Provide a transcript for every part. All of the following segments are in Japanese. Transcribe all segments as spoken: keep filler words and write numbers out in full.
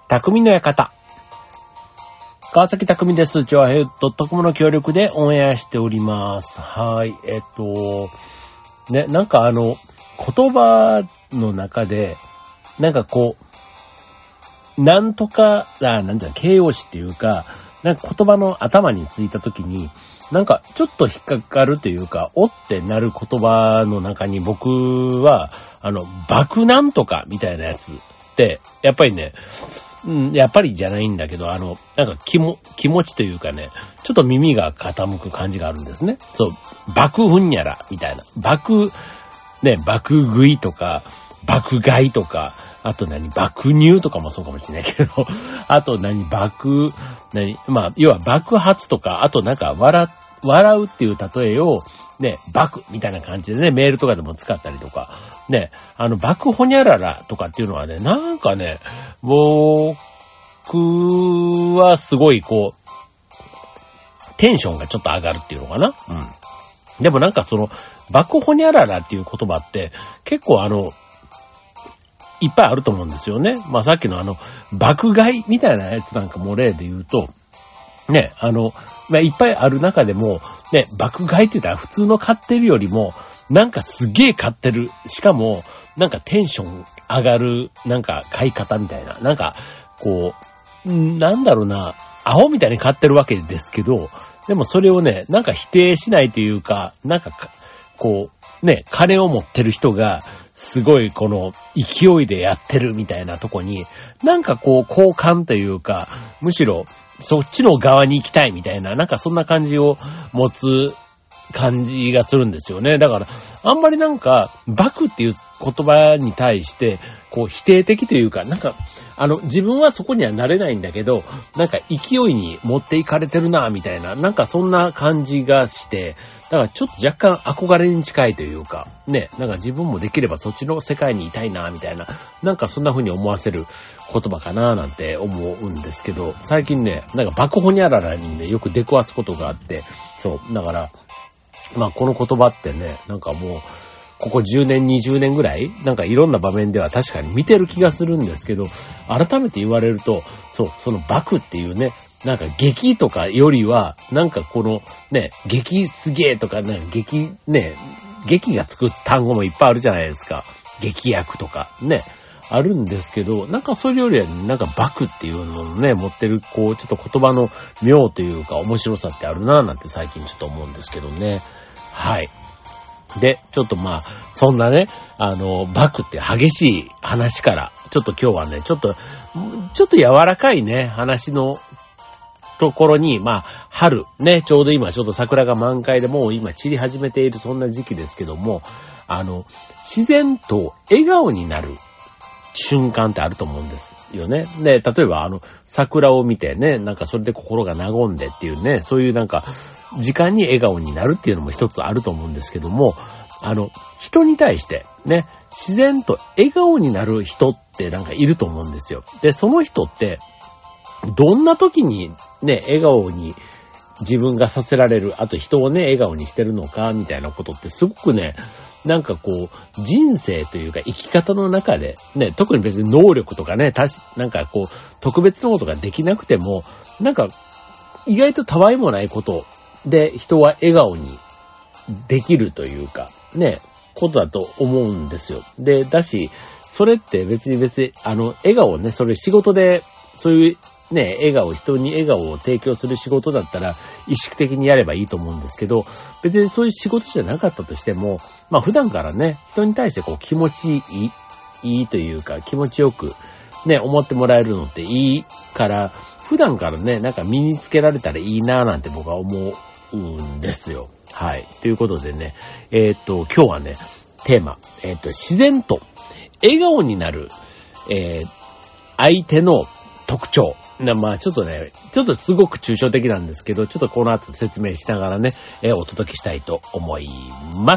匠の館。川崎匠です。チョアヘッドットコムの協力でオンエアしております。はい。えっと、ね、なんかあの、言葉の中で、なんかこう、なんとか、あ、なんていうの、形容詞っていうか、なんか言葉の頭についたときに、なんかちょっと引っかかるというか、おってなる言葉の中に僕は、あの、爆なんとかみたいなやつって、やっぱりね、うん、やっぱりじゃないんだけど、あの、なんか気も、気持ちというかね、ちょっと耳が傾く感じがあるんですね。そう、爆ふんにゃら、みたいな。爆、ね、爆食いとか、爆買いとか、あと何、爆乳とかもそうかもしれないけど、あと何、爆、何、まあ、要は爆発とか、あとなんか笑、笑うっていう例えを、ね、爆みたいな感じでね、メールとかでも使ったりとか、ね、あの、爆ホニャララとかっていうのはね、なんかね、僕はすごいこう、テンションがちょっと上がるっていうのかな。うん。でもなんかその、爆ホニャララっていう言葉って、結構あの、いっぱいあると思うんですよね。まあさっきのあの、爆買いみたいなやつなんかも例で言うと、ね、あの、まあ、いっぱいある中でも、ね、爆買いって言ったら普通の買ってるよりも、なんかすげえ買ってる。しかも、なんかテンション上がる、なんか買い方みたいな。なんか、こう、なんだろうな、アホみたいに買ってるわけですけど、でもそれをね、なんか否定しないというか、なんか、こう、ね、金を持ってる人が、すごいこの勢いでやってるみたいなとこに、なんかこう好感というか、むしろそっちの側に行きたいみたいな、なんかそんな感じを持つ感じがするんですよね。だから、あんまりなんか、爆っていう言葉に対して、こう否定的というか、なんか、あの、自分はそこにはなれないんだけど、なんか勢いに持っていかれてるな、みたいな、なんかそんな感じがして、だからちょっと若干憧れに近いというか、ね、なんか自分もできればそっちの世界にいたいな、みたいな、なんかそんな風に思わせる言葉かな、なんて思うんですけど、最近ね、なんか爆ホニャララにね、よく出くわすことがあって、そう、だから、まあこの言葉ってね、なんかもう、ここじゅうねん、にじゅうねんぐらいなんかいろんな場面では確かに見てる気がするんですけど、改めて言われると、そう、その爆っていうね、なんか劇とかよりは、なんかこのね、劇すげーとかね、劇ね、劇がつく単語もいっぱいあるじゃないですか。劇薬とかね、あるんですけど、なんかそれよりはなんか爆っていうのをね、持ってるこう、ちょっと言葉の妙というか面白さってあるなぁなんて最近ちょっと思うんですけどね。はい。で、ちょっとまあ、そんなね、あの、バクって激しい話から、ちょっと今日はね、ちょっと、ちょっと柔らかいね、話のところに、まあ、春、ね、ちょうど今ちょっと桜が満開でもう今散り始めているそんな時期ですけども、あの、自然と笑顔になる瞬間ってあると思うんですよね。で、例えばあの、桜を見てね、なんかそれで心が和んでっていうね、そういうなんか、時間に笑顔になるっていうのも一つあると思うんですけども、あの、人に対してね、自然と笑顔になる人ってなんかいると思うんですよ。で、その人って、どんな時にね、笑顔に自分がさせられる、あと人をね、笑顔にしてるのか、みたいなことってすごくね、なんかこう、人生というか生き方の中で、ね、特に別に能力とかね、たし、なんかこう、特別なことができなくても、なんか、意外とたわいもないことで人は笑顔にできるというか、ね、ことだと思うんですよ。で、だし、それって別に別に、あの、笑顔ね、それ仕事で、そういう、ね、笑顔、人に笑顔を提供する仕事だったら意識的にやればいいと思うんですけど、別にそういう仕事じゃなかったとしても、まあ普段からね、人に対してこう気持ちいい、いいというか気持ちよくね、思ってもらえるのっていいから、普段からね、なんか身につけられたらいいなぁなんて僕は思うんですよ。はい。ということでね、えー、っと、今日はね、テーマ、えー、っと、自然と笑顔になる、えー、相手の特徴。まあちょっとね、ちょっとすごく抽象的なんですけど、ちょっとこの後説明しながらね、えー、お届けしたいと思います。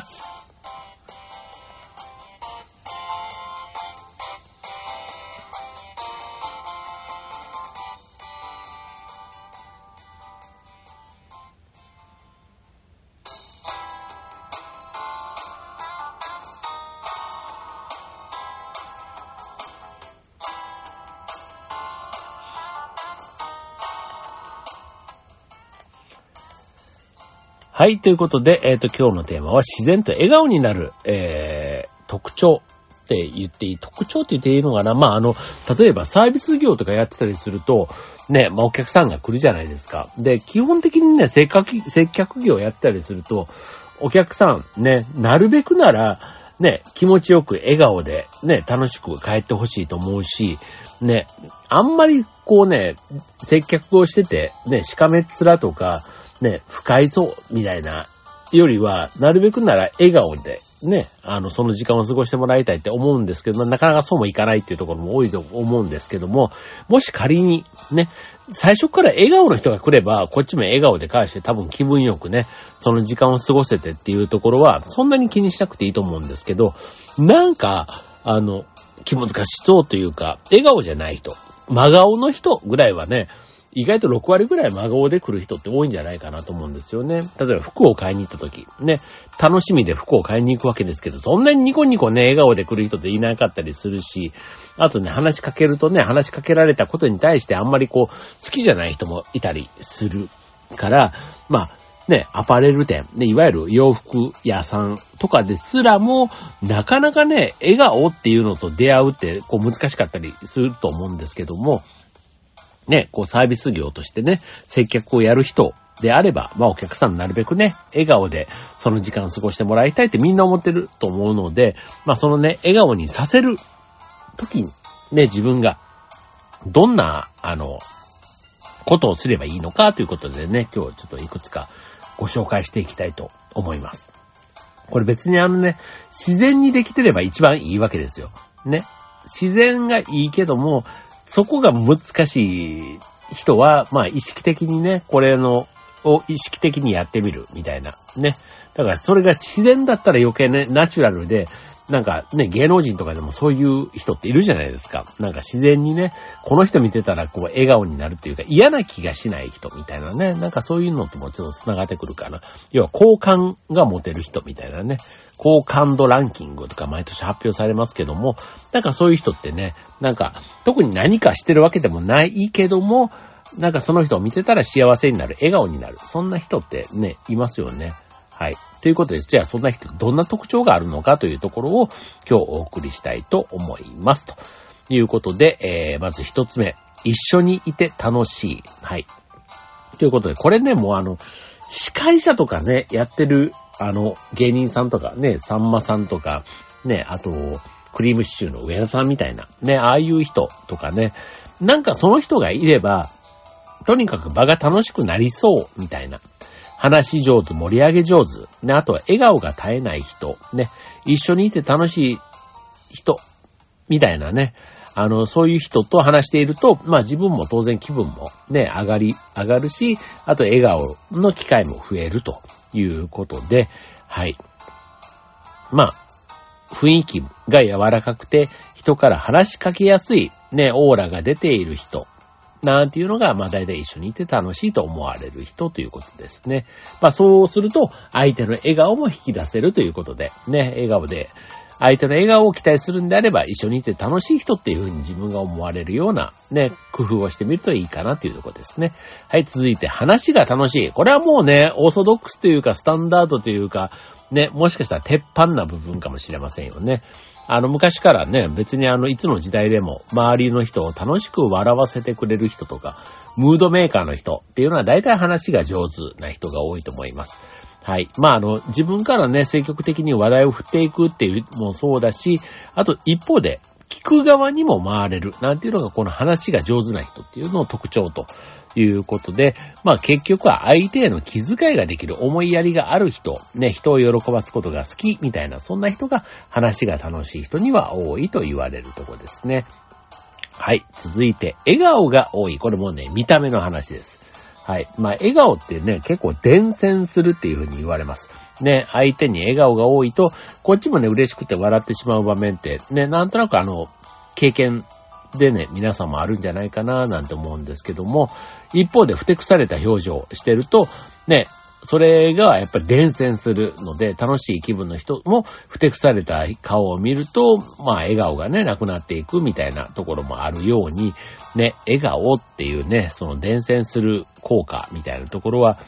はい、ということで、えっと、今日のテーマは自然と笑顔になる、えー、特徴って言っていい、特徴って言っていいのかな。まあ、あの、例えばサービス業とかやってたりすると、ね、まあ、お客さんが来るじゃないですか。で、基本的にね、接客、接客業やったりすると、お客さん、ね、なるべくなら、ね、気持ちよく笑顔で、ね、楽しく帰ってほしいと思うし、ね、あんまりこうね、接客をしてて、ね、しかめっ面とか、ね、不快そうみたいなよりは、なるべくなら笑顔で、ね、あの、その時間を過ごしてもらいたいって思うんですけど、なかなかそうもいかないっていうところも多いと思うんですけども、もし仮に、ね、最初から笑顔の人が来れば、こっちも笑顔で返して多分気分よくね、その時間を過ごせてっていうところは、そんなに気にしなくていいと思うんですけど、なんか、あの、気難しそうというか、笑顔じゃない人、真顔の人ぐらいはね、意外とろく割ぐらい真顔で来る人って多いんじゃないかなと思うんですよね。例えば服を買いに行った時、ね、楽しみで服を買いに行くわけですけど、そんなにニコニコね、笑顔で来る人っていなかったりするし、あとね、話しかけるとね、話しかけられたことに対してあんまりこう、好きじゃない人もいたりするから、まあ、ね、アパレル店、ね、いわゆる洋服屋さんとかですらも、なかなかね、笑顔っていうのと出会うって、こう難しかったりすると思うんですけども、ね、こうサービス業としてね、接客をやる人であれば、まあお客さんなるべくね、笑顔でその時間を過ごしてもらいたいってみんな思ってると思うので、まあそのね、笑顔にさせる時にね、自分がどんな、あの、ことをすればいいのかということでね、今日ちょっといくつかご紹介していきたいと思います。これ別にあのね、自然にできてれば一番いいわけですよ。ね。自然がいいけども、そこが難しい人は、まあ意識的にね、これの、を意識的にやってみるみたいな。ね。だからそれが自然だったら余計ね、ナチュラルで、なんかね、芸能人とかでもそういう人っているじゃないですか。なんか自然にね、この人見てたらこう笑顔になるっていうか嫌な気がしない人みたいなね。なんかそういうのともちょっと繋がってくるかな。要は好感が持てる人みたいなね。好感度ランキングとか毎年発表されますけども、なんかそういう人ってね、なんか特に何かしてるわけでもないけども、なんかその人を見てたら幸せになる、笑顔になる。そんな人ってね、いますよね。はい。ということです。じゃあそんな人どんな特徴があるのかというところを今日お送りしたいと思います。ということで、えー、まず一つ目。一緒にいて楽しい。はい。ということで、これね、もうあの、司会者とかね、やってる、あの、芸人さんとかね、さんまさんとか、ね、あと、クリームシチューの上田さんみたいな、ね、ああいう人とかね、なんかその人がいれば、とにかく場が楽しくなりそうみたいな。話上手、盛り上げ上手。ね、あとは笑顔が絶えない人。ね、一緒にいて楽しい人。みたいなね。あの、そういう人と話していると、まあ自分も当然気分もね、上がり、上がるし、あと笑顔の機会も増えるということで、はい。まあ、雰囲気が柔らかくて、人から話しかけやすい、ね、オーラが出ている人。なんていうのが、まあ大体一緒にいて楽しいと思われる人ということですね。まあそうすると、相手の笑顔も引き出せるということで、ね、笑顔で、相手の笑顔を期待するんであれば、一緒にいて楽しい人っていうふうに自分が思われるような、ね、工夫をしてみるといいかなというところですね。はい、続いて話が楽しい。これはもうね、オーソドックスというか、スタンダードというか、ね、もしかしたら鉄板な部分かもしれませんよね。あの、昔からね、別にあの、いつの時代でも、周りの人を楽しく笑わせてくれる人とか、ムードメーカーの人っていうのは大体話が上手な人が多いと思います。はい。まあ、あの、自分からね、積極的に話題を振っていくっていうのもそうだし、あと一方で、聞く側にも回れるなんていうのがこの話が上手な人っていうのの特徴ということで、まあ結局は相手への気遣いができる、思いやりがある人、ね、人を喜ばすことが好きみたいな、そんな人が話が楽しい人には多いと言われるところですね。はい。続いて、笑顔が多い。これもね、見た目の話です。はい。まあ、笑顔ってね、結構伝染するっていうふうに言われます。ね、相手に笑顔が多いと、こっちもね、嬉しくて笑ってしまう場面って、ね、なんとなくあの、経験でね、皆さんもあるんじゃないかな、なんて思うんですけども、一方で、ふてくされた表情をしてると、ね、それがやっぱり伝染するので、楽しい気分の人も、ふてくされた顔を見ると、まあ、笑顔がね、なくなっていくみたいなところもあるように、ね、笑顔っていうね、その伝染する効果みたいなところは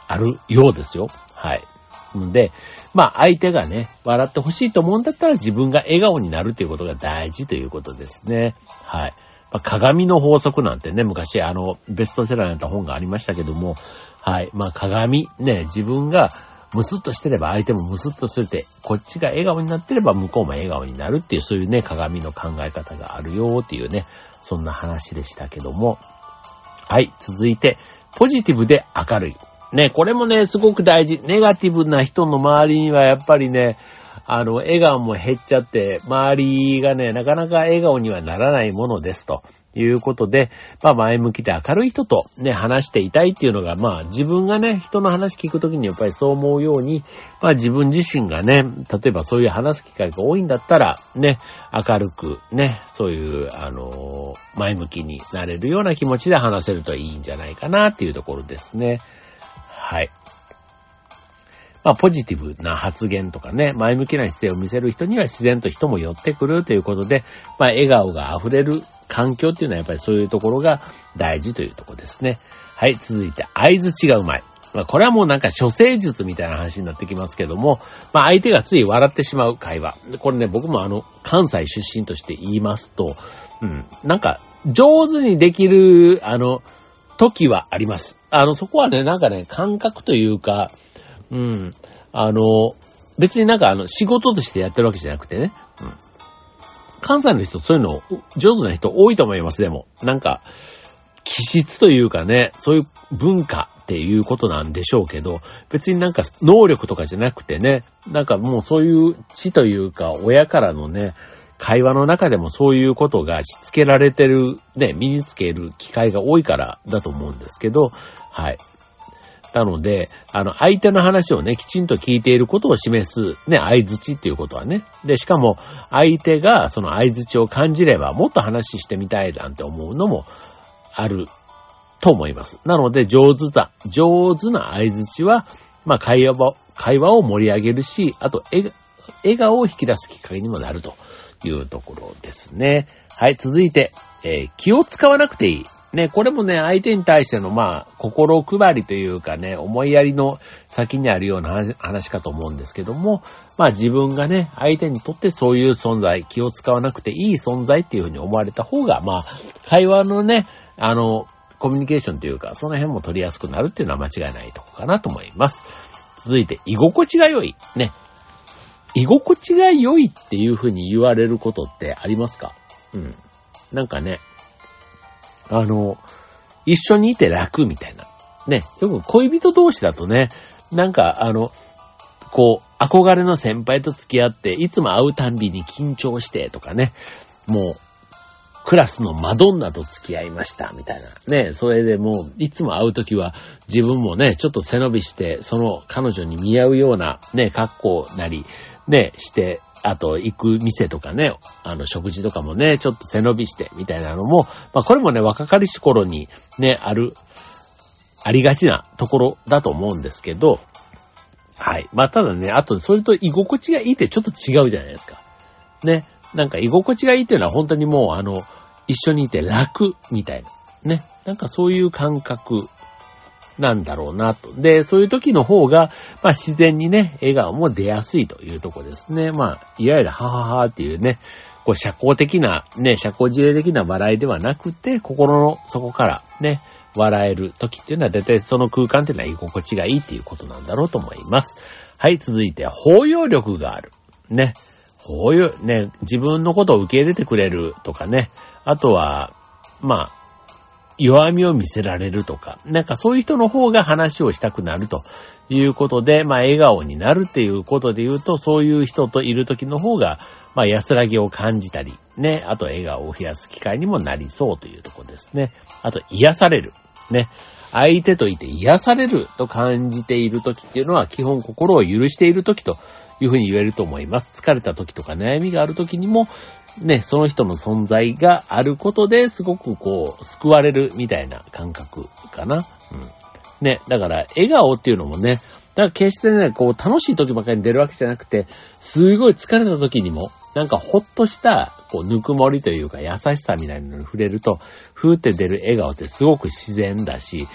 あるようですよ。はい。で、まあ相手がね、笑ってほしいと思うんだったら自分が笑顔になるということが大事ということですね。はい。まあ、鏡の法則なんてね、昔あの、ベストセラーになった本がありましたけども、はい。まあ鏡、ね、自分がムスッとしてれば相手もムスッとするって、こっちが笑顔になってれば向こうも笑顔になるっていう、そういうね、鏡の考え方があるよっていうね、そんな話でしたけども。はい。続いて、ポジティブで明るい。ね、これもね、すごく大事。ネガティブな人の周りにはやっぱりね、あの、笑顔も減っちゃって、周りがね、なかなか笑顔にはならないものですということで、まあ前向きで明るい人とね、話していたいっていうのが、まあ自分がね、人の話聞くときにやっぱりそう思うように、まあ自分自身がね、例えばそういう話す機会が多いんだったら、ね、明るくね、そういう、あの、前向きになれるような気持ちで話せるといいんじゃないかなっていうところですね。はい。まあ、ポジティブな発言とかね、前向きな姿勢を見せる人には自然と人も寄ってくるということで、まあ、笑顔が溢れる環境っていうのはやっぱりそういうところが大事というところですね。はい、続いて、相槌がうまい。まあ、これはもうなんか処世術みたいな話になってきますけども、まあ、相手がつい笑ってしまう会話。これね、僕もあの、関西出身として言いますと、うん、なんか、上手にできる、あの、時はあります。あの、そこはね、なんかね、感覚というか、うん、あの、別になんかあの、仕事としてやってるわけじゃなくてね、うん。関西の人、そういうの上手な人多いと思います、でも。なんか、気質というかね、そういう文化っていうことなんでしょうけど、別になんか能力とかじゃなくてね、なんかもうそういう知というか、親からのね、会話の中でもそういうことがしつけられてる、ね、身につける機会が多いからだと思うんですけど、はい。なので、あの、相手の話をね、きちんと聞いていることを示す、ね、相槌っていうことはね。で、しかも、相手がその相槌を感じれば、もっと話してみたいなんて思うのもあると思います。なので、上手だ、上手な相槌は、まあ、会話を、会話を盛り上げるし、あと、笑、笑顔を引き出すきっかけにもなるというところですね。はい、続いて、えー、気を使わなくていい。ね、これもね、相手に対しての、まあ、心配りというかね、思いやりの先にあるような話、話かと思うんですけども、まあ自分がね、相手にとってそういう存在、気を使わなくていい存在っていうふうに思われた方が、まあ、会話のね、あの、コミュニケーションというか、その辺も取りやすくなるっていうのは間違いないとこかなと思います。続いて、居心地が良い。ね。居心地が良いっていうふうに言われることってありますか？うん。なんかね、あの、一緒にいて楽みたいな。ね。よく恋人同士だとね、なんかあの、こう、憧れの先輩と付き合って、いつも会うたんびに緊張してとかね、もう、クラスのマドンナと付き合いましたみたいな。ね。それでもう、いつも会うときは、自分もね、ちょっと背伸びして、その彼女に見合うようなね、格好なり、ね、して、あと行く店とかね、あの食事とかもね、ちょっと背伸びしてみたいなのも、まあこれもね、若かりし頃にね、ある、ありがちなところだと思うんですけど、はい。まあただね、あとそれと居心地がいいってちょっと違うじゃないですか。ね。なんか居心地がいいっていうのは本当にもうあの、一緒にいて楽みたいな。ね。なんかそういう感覚なんだろうなと。で、そういう時の方が、まあ自然にね、笑顔も出やすいというところですね。まあ、いわゆるはははっていうね、こう社交的な、ね、社交辞令的な笑いではなくて、心の底からね、笑える時っていうのは、だいたいその空間っていうのは居心地がいいっていうことなんだろうと思います。はい、続いて、包容力がある。ね。包容、ね、自分のことを受け入れてくれるとかね。あとは、まあ、弱みを見せられるとか、なんかそういう人の方が話をしたくなるということで、まあ笑顔になるっていうことで言うと、そういう人といる時の方が、まあ安らぎを感じたり、ね、あと笑顔を増やす機会にもなりそうというところですね。あと癒される。ね。相手といて癒されると感じている時っていうのは基本心を許している時というふうに言えると思います。疲れた時とか悩みがある時にも、ね、その人の存在があることですごくこう、救われるみたいな感覚かな。うん。ね、だから笑顔っていうのもね、だから決してね、こう楽しい時ばかりに出るわけじゃなくて、すごい疲れた時にも、なんかほっとした、こう、ぬくもりというか優しさみたいなのに触れると、ふーって出る笑顔ってすごく自然だし、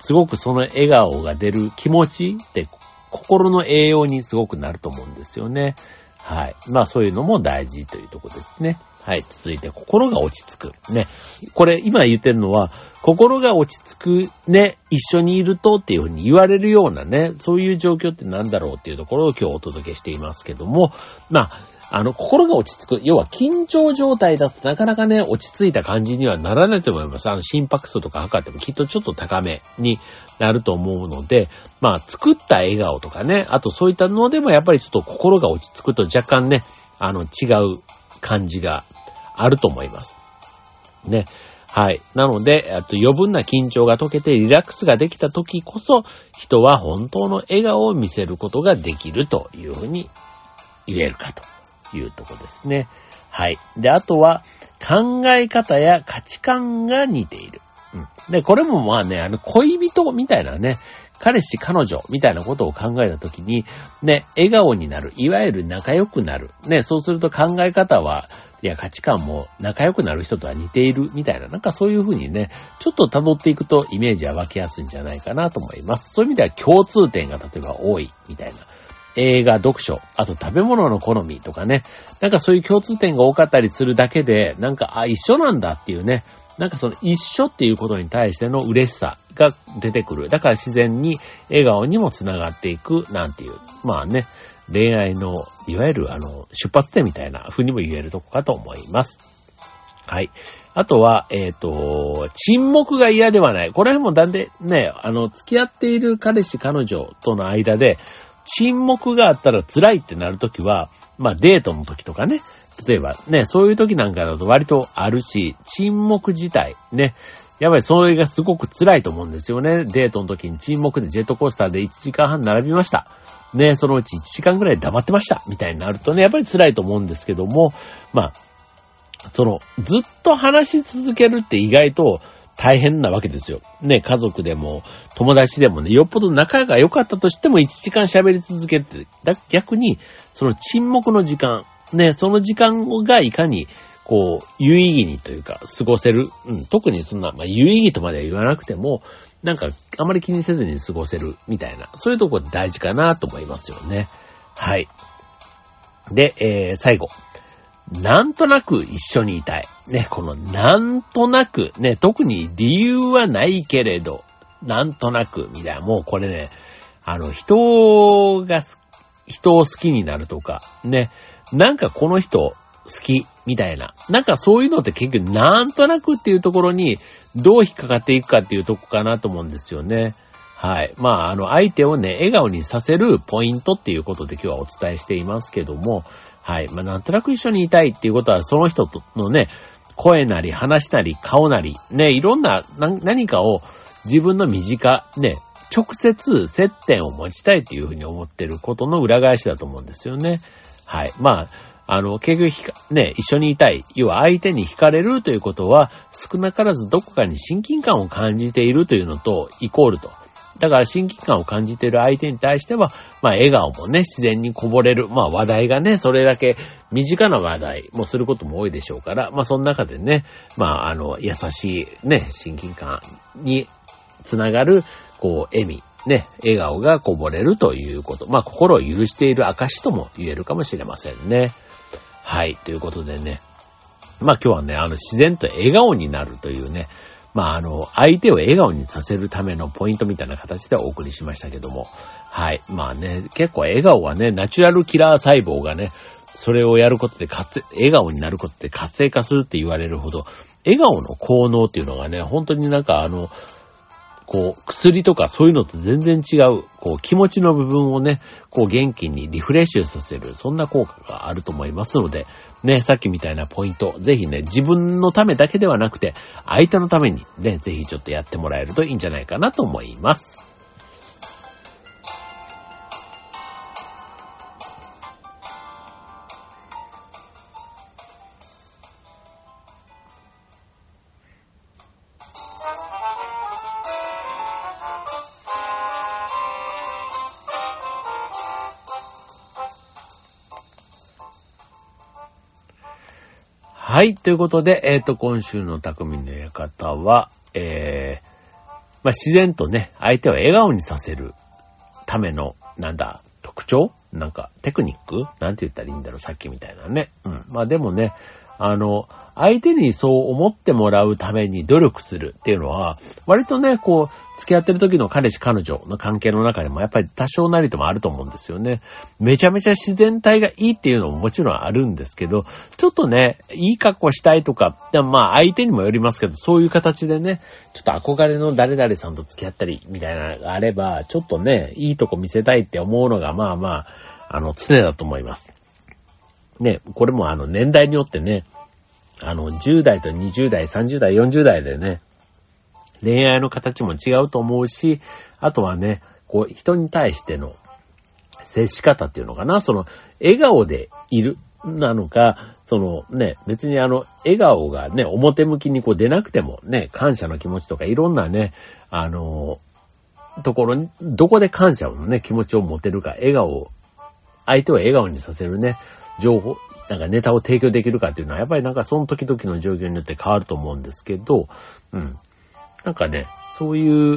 すごくその笑顔が出る気持ちって心の栄養にすごくなると思うんですよね。はい。まあそういうのも大事というところですね。はい。続いて心が落ち着く。ね。これ今言ってるのは心が落ち着くね、一緒にいるとっていうふうに言われるようなね、そういう状況って何だろうっていうところを今日お届けしていますけども、まあ、あの、心が落ち着く。要は緊張状態だとなかなかね、落ち着いた感じにはならないと思います。あの、心拍数とか測ってもきっとちょっと高めになると思うので、まあ、作った笑顔とかね、あとそういったのでもやっぱりちょっと心が落ち着くと若干ね、あの、違う感じがあると思います。ね。はい。なので、あと余分な緊張が解けてリラックスができた時こそ、人は本当の笑顔を見せることができるというふうに言えるかというところですね。はい。で、あとは、考え方や価値観が似ている。うん。で、これもまあね、あの、恋人みたいなね、彼氏、彼女みたいなことを考えたときに、ね、笑顔になる。いわゆる仲良くなる。ね、そうすると考え方は、いや、価値観も仲良くなる人とは似ているみたいな、なんかそういうふうにね、ちょっと辿っていくとイメージは湧きやすいんじゃないかなと思います。そういう意味では共通点が例えば多いみたいな。映画、読書、あと食べ物の好みとかね、なんかそういう共通点が多かったりするだけで、なんか、あ、一緒なんだっていうね、なんかその一緒っていうことに対しての嬉しさが出てくる。だから自然に笑顔にもつながっていくなんていう。まあね、恋愛のいわゆるあの出発点みたいな風にも言えるとこかと思います。はい。あとは、えっと、沈黙が嫌ではない。これもだんでね、あの、付き合っている彼氏彼女との間で沈黙があったら辛いってなるときは、まあデートの時とかね、例えばね、そういう時なんかだと割とあるし、沈黙自体ね、やっぱりそれがすごく辛いと思うんですよね。デートの時に沈黙でジェットコースターでいちじかんはん並びました。ね、そのうちいちじかんぐらい黙ってました。みたいになるとね、やっぱり辛いと思うんですけども、まあ、その、ずっと話し続けるって意外と大変なわけですよ。ね、家族でも友達でもね、よっぽど仲が良かったとしてもいちじかん喋り続けて、だ逆に、その沈黙の時間、ね、その時間がいかに、こう、有意義にというか、過ごせる。うん、特にそんな、まあ、有意義とまでは言わなくても、なんか、あまり気にせずに過ごせる、みたいな、そういうところ大事かなと思いますよね。はい。で、えー、最後。なんとなく一緒にいたい。ね、このなんとなく、ね、特に理由はないけれど、なんとなく、みたいな、もうこれね、あの、人が、人を好きになるとか、ね、なんかこの人好き、みたいな。なんかそういうのって結局なんとなくっていうところにどう引っかかっていくかっていうとこかなと思うんですよね。はい。まあ、あの、相手をね、笑顔にさせるポイントっていうことで今日はお伝えしていますけども、はい。まあ、なんとなく一緒にいたいっていうことは、その人とのね、声なり話なり顔なり、ね、いろんな何かを自分の身近、ね、直接接点を持ちたいっていうふうに思ってることの裏返しだと思うんですよね。はい。まあ、あの、結局ひか、ね、一緒にいたい。要は相手に惹かれるということは、少なからずどこかに親近感を感じているというのとイコールと。だから親近感を感じている相手に対しては、まあ笑顔もね、自然にこぼれる。まあ話題がね、それだけ身近な話題もすることも多いでしょうから、まあその中でね、まああの、優しいね、親近感につながる、こう、笑み。ね、笑顔がこぼれるということ。まあ、心を許している証とも言えるかもしれませんね。はい、ということでね。まあ今日はね、あの、自然と笑顔になるというね、まああの、相手を笑顔にさせるためのポイントみたいな形でお送りしましたけども。はい、まあね、結構笑顔はね、ナチュラルキラー細胞がね、それをやることで活性、笑顔になることで活性化するって言われるほど、笑顔の効能っていうのがね、本当になんかあの、こう、薬とかそういうのと全然違う、こう、気持ちの部分をね、こう、元気にリフレッシュさせる、そんな効果があると思いますので、ね、さっきみたいなポイント、ぜひね、自分のためだけではなくて、相手のためにね、ぜひちょっとやってもらえるといいんじゃないかなと思います。はい。ということで、えっと、今週の匠の館は、えまあ、自然とね、相手を笑顔にさせるための、なんだ、特徴なんか、テクニックなんて言ったらいいんだろう、さっきみたいなね。うん。まあでもね、あの、相手にそう思ってもらうために努力するっていうのは、割とね、こう、付き合ってる時の彼氏彼女の関係の中でもやっぱり多少なりともあると思うんですよね。めちゃめちゃ自然体がいいっていうのももちろんあるんですけど、ちょっとね、いい格好したいとか、まあ相手にもよりますけど、そういう形でね、ちょっと憧れの誰々さんと付き合ったりみたいなのがあれば、ちょっとね、いいとこ見せたいって思うのがまあまあ、あの、常だと思います。ね、これもあの年代によってね、あの、じゅう代とにじゅう代、さんじゅう代、よんじゅう代でね、恋愛の形も違うと思うし、あとはね、こう、人に対しての接し方っていうのかな、その、笑顔でいる、なのか、そのね、別にあの、笑顔がね、表向きにこう出なくてもね、感謝の気持ちとかいろんなね、あの、ところに、どこで感謝のね、気持ちを持てるか、笑顔を、相手を笑顔にさせるね、情報、なんかネタを提供できるかっていうのは、やっぱりなんかその時々の状況によって変わると思うんですけど、うん。なんかね、そういう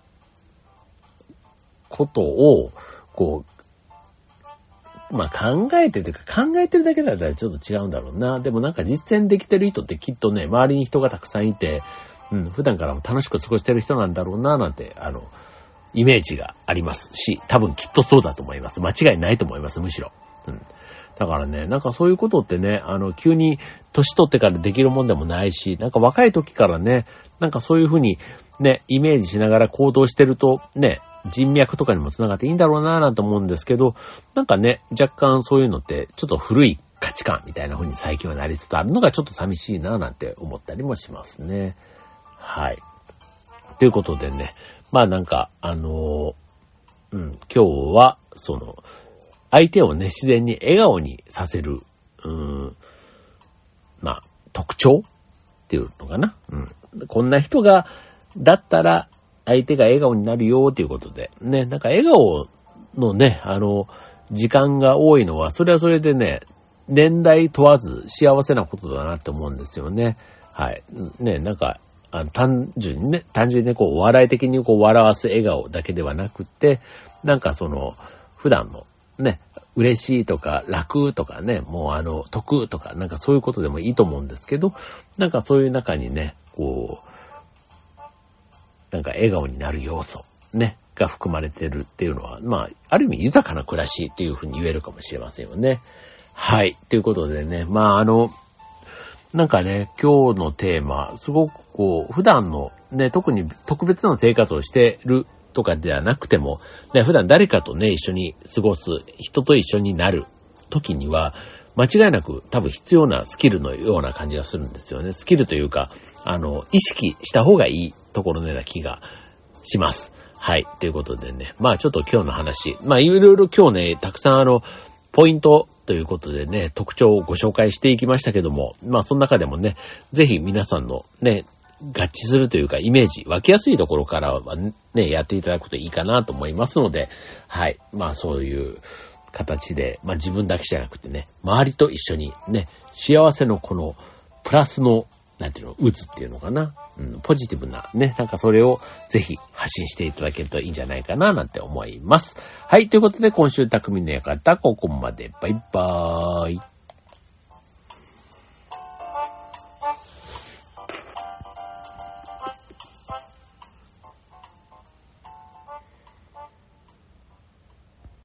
ことを、こう、まあ考えてというか考えてるだけだったらちょっと違うんだろうな。でもなんか実践できてる人ってきっとね、周りに人がたくさんいて、うん、普段からも楽しく過ごしてる人なんだろうな、なんて、あの、イメージがありますし、多分きっとそうだと思います。間違いないと思います、むしろ。うん。だからね、なんかそういうことってね、あの、急に年取ってからできるもんでもないし、なんか若い時からね、なんかそういうふうにね、イメージしながら行動してると、ね、人脈とかにもつながっていいんだろうなぁなんて思うんですけど、なんかね、若干そういうのってちょっと古い価値観みたいな風に最近はなりつつあるのがちょっと寂しいなぁなんて思ったりもしますね。はい。ということでね、まあなんか、あのー、うん、今日は、その、相手をね、自然に笑顔にさせる、うーん、まあ、特徴っていうのかな。うん。こんな人が、だったら、相手が笑顔になるよっていうことで、ね、なんか笑顔のね、あの、時間が多いのは、それはそれでね、年代問わず幸せなことだなって思うんですよね。はい。ね、なんか、あの単純にね、単純にね、こう、笑い的にこう、笑わす笑顔だけではなくって、なんかその、普段の、ね、嬉しいとか楽とかね、もうあの、得とかなんかそういうことでもいいと思うんですけど、なんかそういう中にね、こう、なんか笑顔になる要素、ね、が含まれてるっていうのは、まあ、ある意味豊かな暮らしっていうふうに言えるかもしれませんよね。はい。ということでね、まああの、なんかね、今日のテーマ、すごくこう、普段のね、特に特別な生活をしてるとかではなくても、ね、普段誰かとね、一緒に過ごす、人と一緒になる時には、間違いなく多分必要なスキルのような感じがするんですよね。スキルというか、あの、意識した方がいいところのような気がします。はい。ということでね、まあちょっと今日の話、まあいろいろ今日ね、たくさんあの、ポイントということでね、特徴をご紹介していきましたけども、まあその中でもね、ぜひ皆さんのね、合致するというかイメージ、湧きやすいところからはね、やっていただくといいかなと思いますので、はい。まあそういう形で、まあ自分だけじゃなくてね、周りと一緒にね、幸せのこのプラスの、なんていうの、渦っていうのかな、うん、ポジティブなね、なんかそれをぜひ発信していただけるといいんじゃないかななんて思います。はい。ということで今週匠の館、ここまで。バイバーイ。